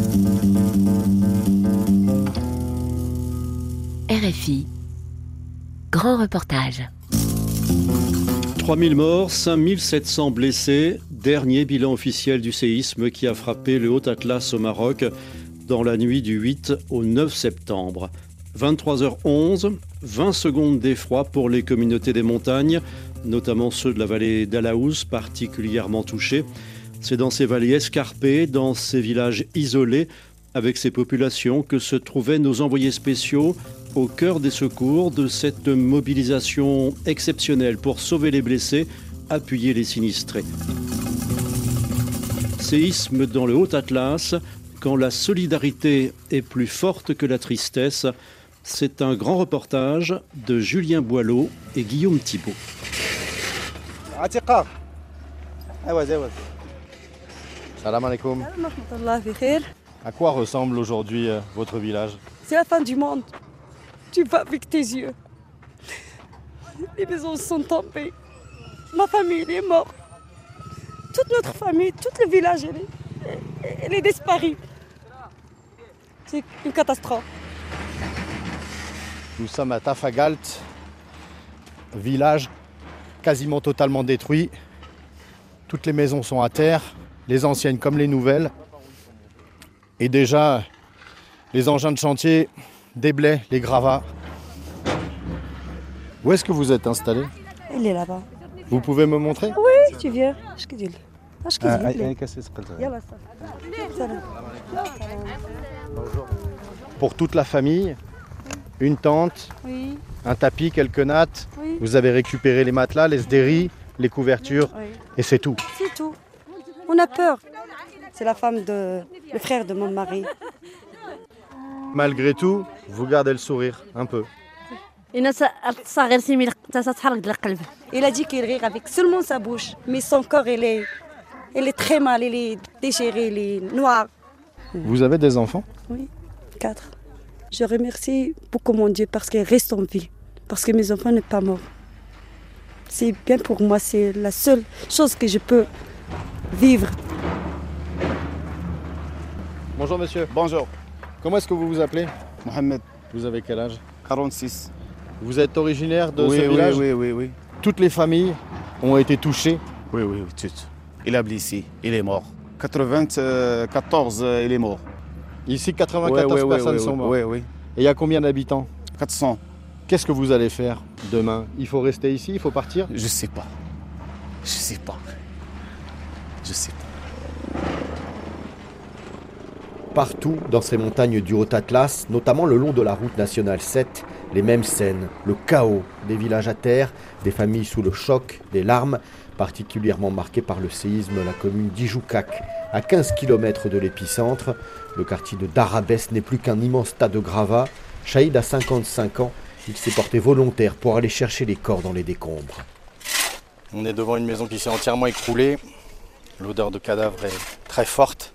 RFI, grand reportage. 3000 morts, 5700 blessés, dernier bilan officiel du séisme qui a frappé le Haut-Atlas au Maroc dans la nuit du 8 au 9 septembre. 23h11, 20 secondes d'effroi pour les communautés des montagnes, notamment ceux de la vallée d'Alaouz, particulièrement touchés. C'est dans ces vallées escarpées, dans ces villages isolés, avec ces populations que se trouvaient nos envoyés spéciaux au cœur des secours de cette mobilisation exceptionnelle pour sauver les blessés, appuyer les sinistrés. Séisme dans le Haut-Atlas, quand la solidarité est plus forte que la tristesse. C'est un grand reportage de Julien Boileau et Guillaume Thibault. Salam alaikum. À quoi ressemble aujourd'hui votre village? C'est la fin du monde. Tu vois avec tes yeux. Les maisons sont tombées. Ma famille est morte. Toute notre famille, tout le village, elle est disparue. C'est une catastrophe. Nous sommes à Tafagalt, village quasiment totalement détruit. Toutes les maisons sont à terre, les anciennes comme les nouvelles. Et déjà, les engins de chantier déblaient les gravats. Où est-ce que vous êtes installé? Il est là-bas. Vous pouvez me montrer? Oui, tu viens. Pour toute la famille, une tente, Oui, un tapis, quelques nattes. oui, Vous avez récupéré les matelas, les sdéris, les couvertures, oui. et c'est tout. C'est tout. On a peur. C'est le frère de mon mari. Malgré tout, vous gardez le sourire, un peu. Il a dit qu'il rire avec seulement sa bouche, mais son corps, il est très mal, il est déchiré, il est noir. Vous avez des enfants? Oui, 4. Je remercie beaucoup mon Dieu parce qu'il reste en vie, parce que mes enfants ne sont pas morts. C'est bien pour moi, c'est la seule chose que je peux vivre. Bonjour monsieur. Bonjour, Comment est-ce que vous vous appelez? Mohamed, Vous avez quel âge? 46. Vous êtes originaire de oui, ce village? oui. Toutes les familles ont été touchées. Oui, tout. Il a blessé, il est mort. 94, il est mort. Ici, 94 personnes sont mortes. Oui. Et il y a combien d'habitants? 400, Qu'est-ce que vous allez faire demain? Il faut rester ici? Il faut partir? je sais pas. Je sais pas. Partout dans ces montagnes du Haut-Atlas, notamment le long de la route nationale 7, les mêmes scènes, le chaos, des villages à terre, des familles sous le choc, des larmes, particulièrement marquées par le séisme, la commune d'Ijoukak, à 15 km de l'épicentre. Le quartier de Darabès n'est plus qu'un immense tas de gravats. Chahid a 55 ans, il s'est porté volontaire pour aller chercher les corps dans les décombres. On est devant une maison qui s'est entièrement écroulée. L'odeur de cadavre est très forte.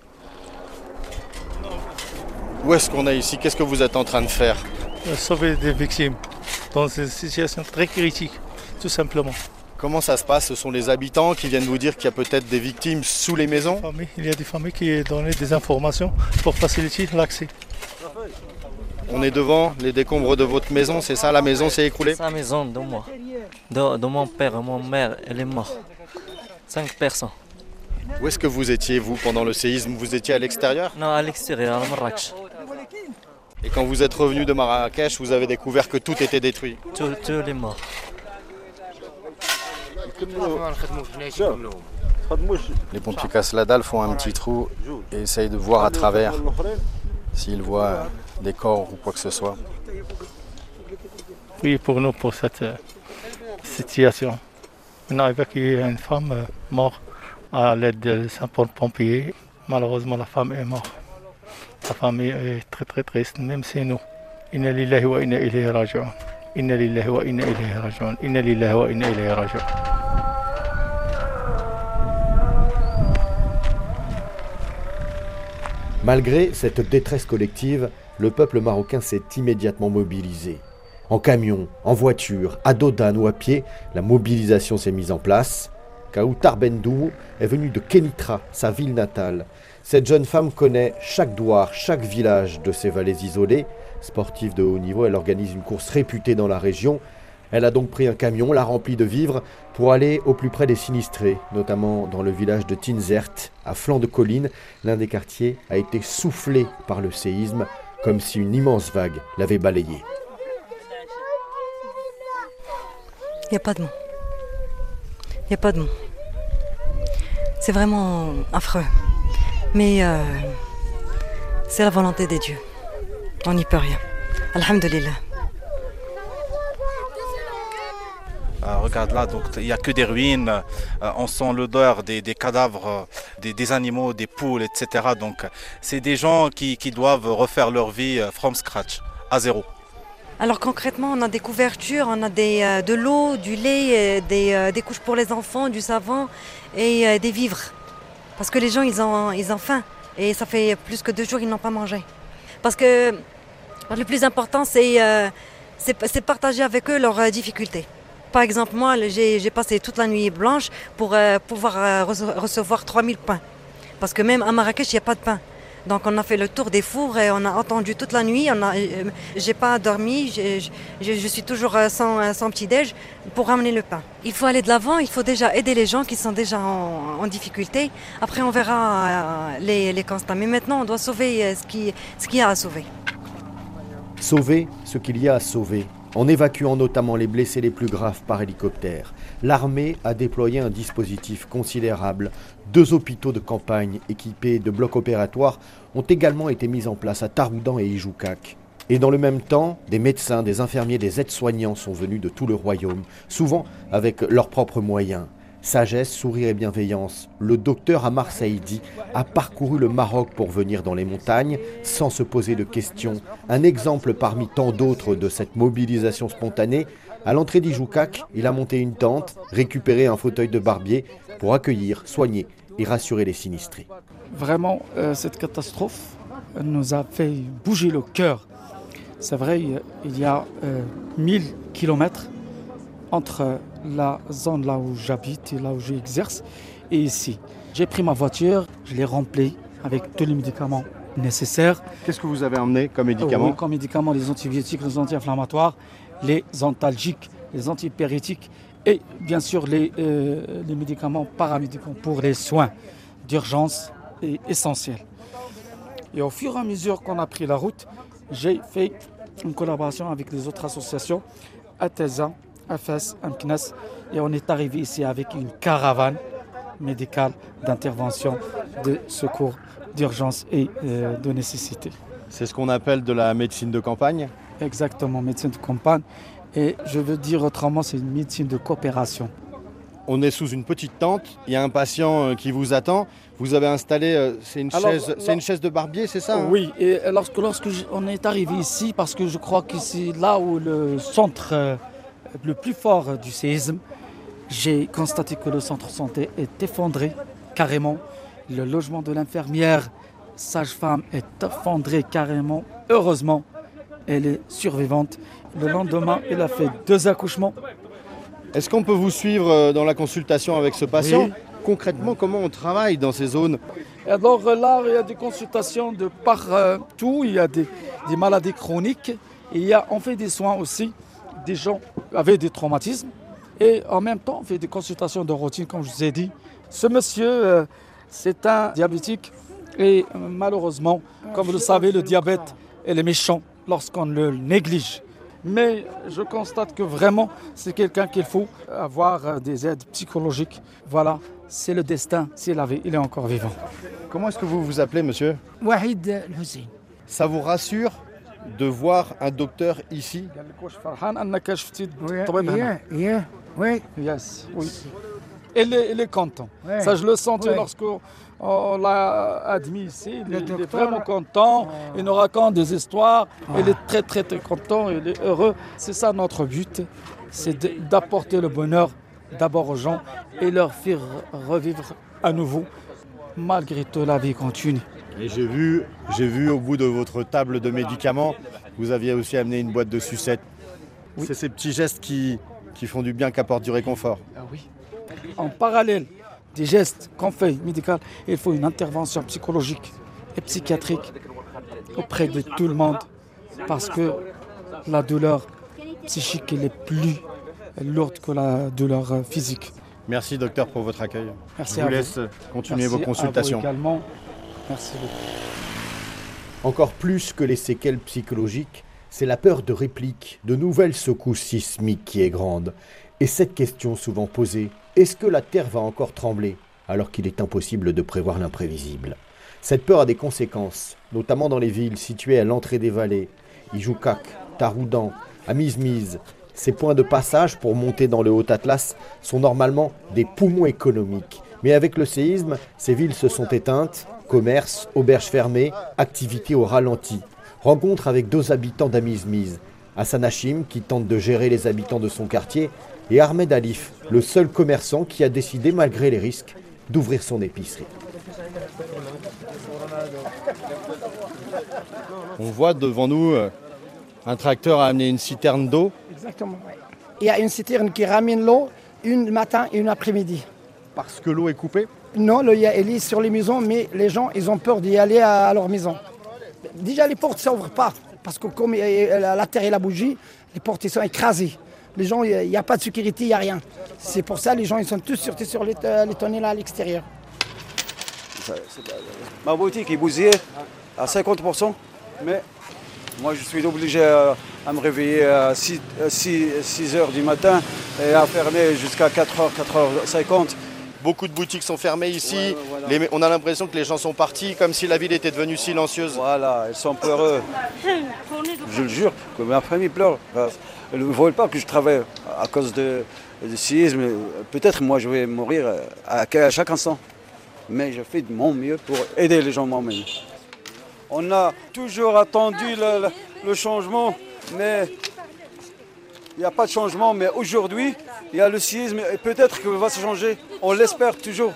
Où est-ce qu'on est ici? Qu'est-ce que vous êtes en train de faire? Sauver des victimes dans une situation très critique, tout simplement. Comment ça se passe? Ce sont les habitants qui viennent vous dire qu'il y a peut-être des victimes sous les maisons? Il y a des familles qui donnent des informations pour faciliter l'accès. On est devant les décombres de votre maison, c'est ça? La maison s'est écroulée? C'est la maison de moi. De mon père et mon mère, elle est morte. 5 personnes. Où est-ce que vous étiez, vous, pendant le séisme? Vous étiez à l'extérieur? Non, à l'extérieur, à Marrakech. Et quand vous êtes revenu de Marrakech, vous avez découvert que tout était détruit? Tous les morts. Les pompiers cassent la dalle, font un petit trou et essayent de voir à travers s'ils voient des corps ou quoi que ce soit. Oui, pour nous, pour cette situation. On a évacué une femme morte à l'aide des sapeurs-pompiers. Malheureusement, la femme est morte. La famille est très très triste, même si nous. Inna lillahi wa inna ilayhi raji'un. Inna lillahi wa inna ilayhi raji'un. Inna lillahi wa inna ilayhi raji'un. Malgré cette détresse collective, le peuple marocain s'est immédiatement mobilisé. En camion, en voiture, à dos d'âne ou à pied, la mobilisation s'est mise en place. Kaoutar Bendoumou est venu de Kénitra, sa ville natale. Cette jeune femme connaît chaque douar, chaque village de ces vallées isolées. Sportive de haut niveau, elle organise une course réputée dans la région. Elle a donc pris un camion, l'a rempli de vivres pour aller au plus près des sinistrés, notamment dans le village de Tinzert, à flanc de colline. L'un des quartiers a été soufflé par le séisme, comme si une immense vague l'avait balayé. Il n'y a pas de mots. Il n'y a pas de mots. C'est vraiment affreux. Mais c'est la volonté des dieux. On n'y peut rien. Alhamdulillah. Regarde là, donc il n'y a que des ruines. On sent l'odeur des cadavres, des animaux, des poules, etc. Donc c'est des gens qui doivent refaire leur vie from scratch, à zéro. Alors concrètement, on a des couvertures, on a de l'eau, du lait, des couches pour les enfants, du savon et des vivres. Parce que les gens, ils ont faim. Et ça fait plus que 2 jours qu'ils n'ont pas mangé. Parce que le plus important, c'est partager avec eux leurs difficultés. Par exemple, moi, j'ai passé toute la nuit blanche pour pouvoir recevoir 3000 pains. Parce que même à Marrakech, il n'y a pas de pain. Donc on a fait le tour des fours et on a attendu toute la nuit. J'ai pas dormi, je suis toujours sans petit-déj pour ramener le pain. Il faut aller de l'avant, il faut déjà aider les gens qui sont déjà en difficulté. Après on verra les constats. Mais maintenant on doit sauver ce qu'il y a à sauver. Sauver ce qu'il y a à sauver, en évacuant notamment les blessés les plus graves par hélicoptère. L'armée a déployé un dispositif considérable. 2 hôpitaux de campagne équipés de blocs opératoires ont également été mis en place à Taroudan et Ijoukak. Et dans le même temps, des médecins, des infirmiers, des aides-soignants sont venus de tout le royaume, souvent avec leurs propres moyens. Sagesse, sourire et bienveillance, le docteur Amar Saïdi a parcouru le Maroc pour venir dans les montagnes sans se poser de questions. Un exemple parmi tant d'autres de cette mobilisation spontanée. À l'entrée d'Ijoukak, il a monté une tente, récupéré un fauteuil de barbier pour accueillir, soigner et rassurer les sinistrés. Vraiment, cette catastrophe nous a fait bouger le cœur. C'est vrai, il y a 1000 kilomètres entre la zone là où j'habite et là où j'exerce et ici. J'ai pris ma voiture, je l'ai remplie avec tous les médicaments nécessaires. Qu'est-ce que vous avez emmené comme médicaments ? Comme médicaments, les antibiotiques, les anti-inflammatoires, les antalgiques, les antipyrétiques et bien sûr les médicaments paramédicaux pour les soins d'urgence et essentiels. Et au fur et à mesure qu'on a pris la route, j'ai fait une collaboration avec les autres associations, Ateza, AFES, MKNES, et on est arrivé ici avec une caravane médicale d'intervention, de secours, d'urgence et de nécessité. C'est ce qu'on appelle de la médecine de campagne ? Exactement, médecine de campagne. Et je veux dire autrement, c'est une médecine de coopération. On est sous une petite tente, il y a un patient qui vous attend. Vous avez installé, c'est une chaise de barbier, c'est ça ? Oui, et lorsque on est arrivé ici, parce que je crois que c'est là où le centre le plus fort du séisme, j'ai constaté que le centre santé est effondré carrément. Le logement de l'infirmière sage-femme est effondré carrément. Heureusement, elle est survivante. Le lendemain, elle a fait 2 accouchemts. Est-ce qu'on peut vous suivre dans la consultation avec ce patient ? Oui. Concrètement, comment on travaille dans ces zones ? Alors là, il y a des consultations de partout. Il y a des maladies chroniques. Et on fait des soins aussi des gens avec des traumatismes. Et en même temps, on fait des consultations de routine, comme je vous ai dit. Ce monsieur, c'est un diabétique. Et malheureusement, comme vous le savez, le diabète, elle est méchant lorsqu'on le néglige. Mais je constate que vraiment, c'est quelqu'un qu'il faut avoir des aides psychologiques. Voilà, c'est le destin, c'est la vie, il est encore vivant. Comment est-ce que vous vous appelez, monsieur ? Wahid El-Hussein. Ça vous rassure de voir un docteur ici ? Oui. Yes. Oui. Il est content. Ouais. Ça, je le sentais lorsqu'on l'a admis ici. Il est vraiment content. Il nous raconte des histoires. Il est très, très, très content. Il est heureux. C'est ça notre but. C'est d'apporter le bonheur d'abord aux gens et leur faire revivre à nouveau. Malgré tout, la vie continue. Et j'ai vu au bout de votre table de médicaments, vous aviez aussi amené une boîte de sucettes. Oui. C'est ces petits gestes qui font du bien, qui apportent du réconfort. Ah oui. En parallèle des gestes qu'on fait médicaux. Il faut une intervention psychologique et psychiatrique auprès de tout le monde parce que la douleur psychique elle est plus lourde que la douleur physique. Merci docteur pour votre accueil. Merci Je vous laisse continuer vos consultations. À vous également. Merci beaucoup. Encore plus que les séquelles psychologiques, c'est la peur de répliques, de nouvelles secousses sismiques qui est grande. Et cette question souvent posée, est-ce que la Terre va encore trembler alors qu'il est impossible de prévoir l'imprévisible? Cette peur a des conséquences, notamment dans les villes situées à l'entrée des vallées, Ijoukak, Taroudan, Amizmiz. Ces points de passage pour monter dans le Haut-Atlas sont normalement des poumons économiques. Mais avec le séisme, ces villes se sont éteintes, commerces, auberges fermées, activités au ralenti. Rencontre avec 2 habitants d'Amizmiz, Hassan Hachim qui tente de gérer les habitants de son quartier et Ahmed Alif, le seul commerçant qui a décidé, malgré les risques, d'ouvrir son épicerie. On voit devant nous un tracteur a amené une citerne d'eau. Exactement. Il y a une citerne qui ramène l'eau une matin et une après-midi. Parce que l'eau est coupée? Non, elle est sur les maisons, mais les gens ils ont peur d'y aller à leur maison. Déjà les portes ne s'ouvrent pas, parce que comme la terre et la bougie, les portes ils sont écrasées. Les gens, il n'y a pas de sécurité, il n'y a rien. C'est pour ça que les gens ils sont tous sur les tonnelles à l'extérieur. Ma boutique est bousillée à 50%, mais moi je suis obligé à me réveiller à 6 h du matin et à fermer jusqu'à 4h, 4h50. Beaucoup de boutiques sont fermées ici. Voilà. On a l'impression que les gens sont partis, comme si la ville était devenue silencieuse. Voilà, ils sont peureux. Je le jure, que ma famille pleure. Ils ne veulent pas que je travaille à cause du séisme. Peut-être moi je vais mourir à chaque instant. Mais je fais de mon mieux pour aider les gens moi-même. On a toujours attendu le changement, mais il n'y a pas de changement. Mais aujourd'hui, il y a le séisme et peut-être qu'il va se changer. On l'espère toujours.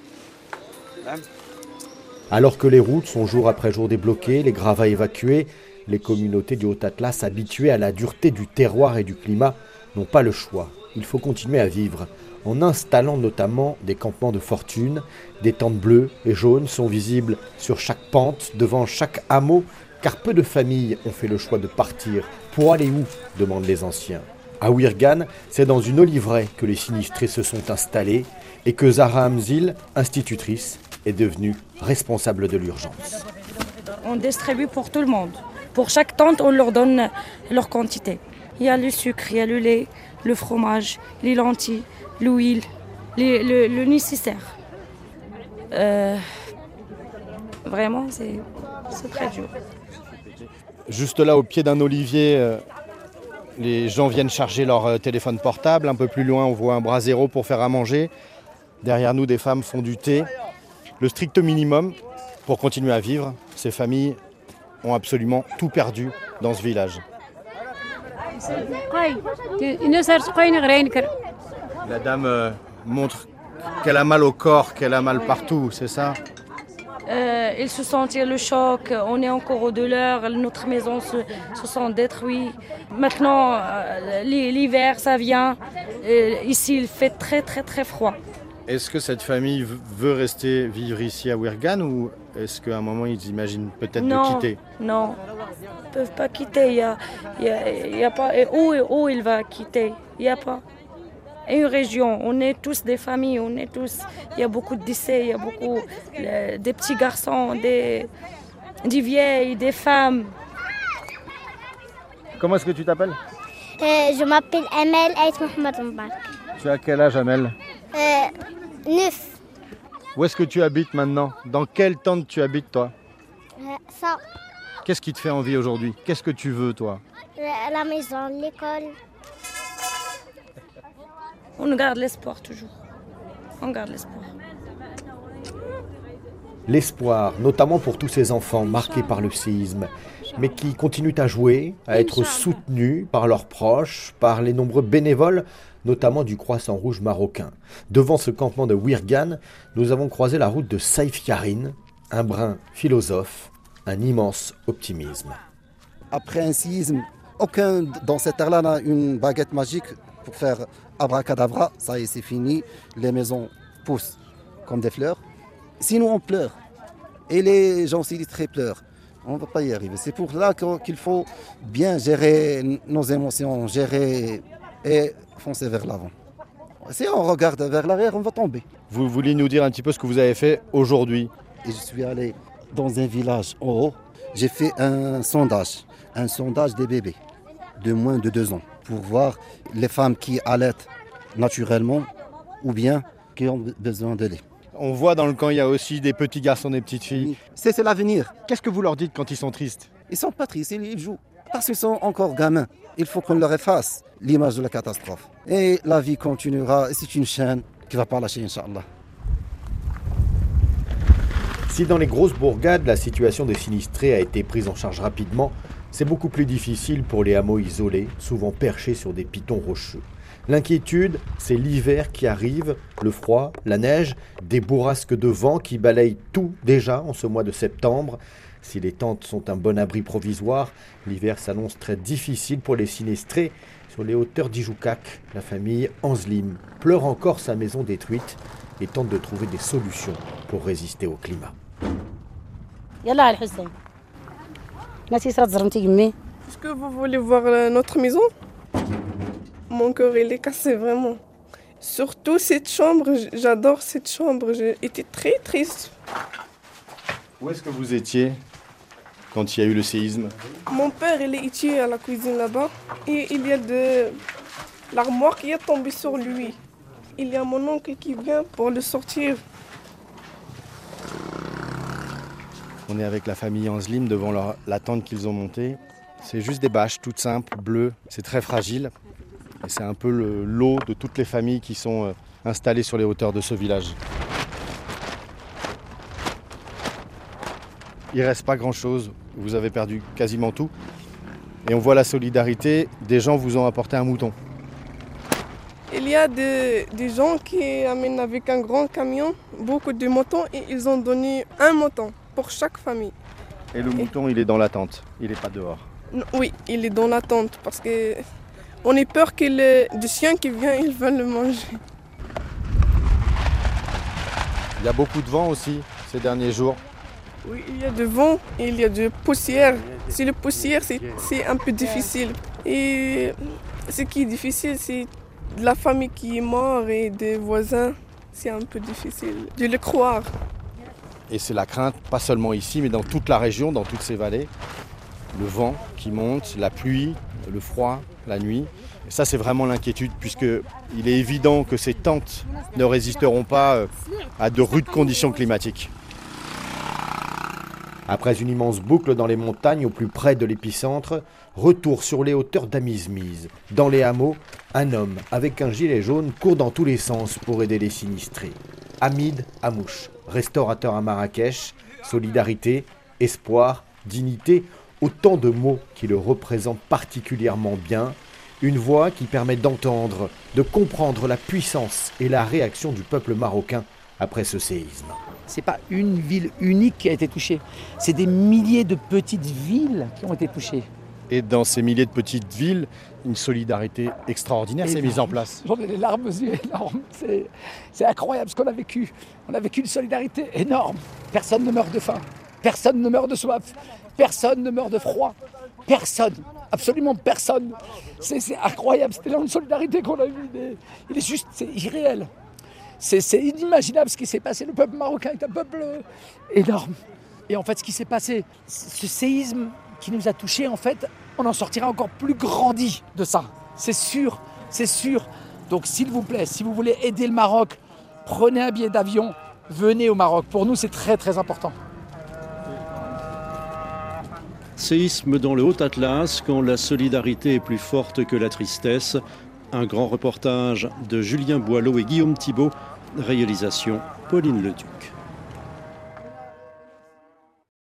Alors que les routes sont jour après jour débloquées, les gravats évacués, les communautés du Haut-Atlas habituées à la dureté du terroir et du climat n'ont pas le choix. Il faut continuer à vivre, en installant notamment des campements de fortune. Des tentes bleues et jaunes sont visibles sur chaque pente, devant chaque hameau, car peu de familles ont fait le choix de partir. Pour aller où? Demandent les anciens. À Ouirgan, c'est dans une oliveraie que les sinistrés se sont installés et que Zahra Hamzil, institutrice, est devenue responsable de l'urgence. On distribue pour tout le monde. Pour chaque tente, on leur donne leur quantité. Il y a le sucre, il y a le lait, le fromage, les lentilles, l'huile, le nécessaire. Vraiment, c'est très dur. Juste là, au pied d'un olivier, les gens viennent charger leur téléphone portable. Un peu plus loin, on voit un brasero pour faire à manger. Derrière nous, des femmes font du thé. Le strict minimum pour continuer à vivre. Ces familles ont absolument tout perdu dans ce village. La dame montre qu'elle a mal au corps, qu'elle a mal partout, c'est ça? Ils se sentent le choc, on est encore au douleur, notre maison se sent détruite. Maintenant, l'hiver, ça vient. Ici, il fait très très très froid. Est-ce que cette famille veut rester vivre ici à Ouirgan ou est-ce qu'à un moment ils imaginent peut-être de quitter? Non, ils ne peuvent pas quitter. Il y a pas, et où il va quitter? Il n'y a pas. Une région, on est tous des familles, il y a beaucoup de décès, il y a beaucoup des petits garçons, des vieilles, des femmes. Comment est-ce que tu t'appelles? Je m'appelle Amel Aït Mohamed Mbarak. Tu as quel âge, Amel? 9. Où est-ce que tu habites maintenant? Dans quelle tente tu habites, toi? Ça. Qu'est-ce qui te fait envie aujourd'hui? Qu'est-ce que tu veux, toi? La maison, l'école. On garde l'espoir toujours. On garde l'espoir. L'espoir, notamment pour tous ces enfants marqués par le séisme, mais qui continuent à jouer, à être soutenus par leurs proches, par les nombreux bénévoles, notamment du Croissant-Rouge marocain. Devant ce campement de Ouirgan, nous avons croisé la route de Saïf Yarine, un brin philosophe, un immense optimisme. Après un séisme, aucun dans cette terre-là n'a une baguette magique pour faire abracadabra. Ça y est, c'est fini, les maisons poussent. comme des fleurs. Sinon, on pleure. Et les gens sinistrés pleurent. On ne va pas y arriver. C'est pour là qu'il faut bien gérer nos émotions, gérer et foncer vers l'avant. Si on regarde vers l'arrière, on va tomber. Vous vouliez nous dire un petit peu ce que vous avez fait aujourd'hui? Et je suis allé dans un village en haut. J'ai fait un sondage des bébés de moins de 2 ans pour voir les femmes qui allaitent naturellement ou bien qui ont besoin de lait. On voit dans le camp, il y a aussi des petits garçons, des petites filles. C'est l'avenir. Qu'est-ce que vous leur dites quand ils sont tristes? Ils sont pas tristes, ils jouent. Parce qu'ils sont encore gamins. Il faut qu'on leur efface l'image de la catastrophe. Et la vie continuera. Et c'est une chaîne qui ne va pas lâcher, Inch'Allah. Si dans les grosses bourgades, la situation des sinistrés a été prise en charge rapidement, c'est beaucoup plus difficile pour les hameaux isolés, souvent perchés sur des pitons rocheux. L'inquiétude, c'est l'hiver qui arrive, le froid, la neige, des bourrasques de vent qui balayent tout déjà en ce mois de septembre. Si les tentes sont un bon abri provisoire, l'hiver s'annonce très difficile pour les sinistrés. Sur les hauteurs d'Ijoukac, la famille Anslim pleure encore sa maison détruite et tente de trouver des solutions pour résister au climat. Est-ce que vous voulez voir notre maison? Mon cœur il est cassé vraiment. Surtout cette chambre, j'adore cette chambre. J'ai été très triste. Où est-ce que vous étiez quand il y a eu le séisme? Mon père il est ici à la cuisine là-bas et il y a de l'armoire qui est tombée sur lui. Il y a mon oncle qui vient pour le sortir. On est avec la famille Anslim devant la tente qu'ils ont montée. C'est juste des bâches toutes simples, bleues. C'est très fragile. Et c'est un peu le lot de toutes les familles qui sont installées sur les hauteurs de ce village. Il ne reste pas grand-chose. Vous avez perdu quasiment tout. Et on voit la solidarité. Des gens vous ont apporté un mouton. Il y a des gens qui amènent avec un grand camion beaucoup de moutons et ils ont donné un mouton pour chaque famille. Et le mouton, il est dans la tente, il n'est pas dehors. Oui, il est dans la tente parce qu'on a peur que des chiens qui viennent, ils veulent le manger. Il y a beaucoup de vent aussi ces derniers jours. Oui, il y a du vent et il y a de poussière. Si le poussière, c'est un peu difficile. Et ce qui est difficile, c'est de la famille qui est morte et des voisins. C'est un peu difficile de le croire. Et c'est la crainte, pas seulement ici, mais dans toute la région, dans toutes ces vallées. Le vent qui monte, la pluie, le froid, la nuit. Et ça, c'est vraiment l'inquiétude, puisqu'il est évident que ces tentes ne résisteront pas à de rudes conditions climatiques. Après une immense boucle dans les montagnes au plus près de l'épicentre, retour sur les hauteurs d'Amizmiz. Dans les hameaux, un homme avec un gilet jaune court dans tous les sens pour aider les sinistrés. Hamid Amouche, restaurateur à Marrakech, solidarité, espoir, dignité, autant de mots qui le représentent particulièrement bien. Une voix qui permet d'entendre, de comprendre la puissance et la réaction du peuple marocain après ce séisme. Ce n'est pas une ville unique qui a été touchée, c'est des milliers de petites villes qui ont été touchées. Et dans ces milliers de petites villes, une solidarité extraordinaire s'est mise en place. J'en ai les larmes aux yeux énormes. C'est incroyable ce qu'on a vécu. On a vécu une solidarité énorme. Personne ne meurt de faim. Personne ne meurt de soif. Personne ne meurt de froid. Personne. Absolument personne. C'est incroyable. C'était là une solidarité qu'on a eue. Il est juste, c'est irréel. C'est inimaginable ce qui s'est passé. Le peuple marocain est un peuple énorme. Et en fait, ce qui s'est passé, ce séisme qui nous a touchés, en fait, on en sortira encore plus grandi de ça. C'est sûr, c'est sûr. Donc s'il vous plaît, si vous voulez aider le Maroc, prenez un billet d'avion, venez au Maroc. Pour nous, c'est très très important. Séisme dans le Haut-Atlas, quand la solidarité est plus forte que la tristesse. Un grand reportage de Julien Boileau et Guillaume Thibault. Réalisation Pauline Leduc.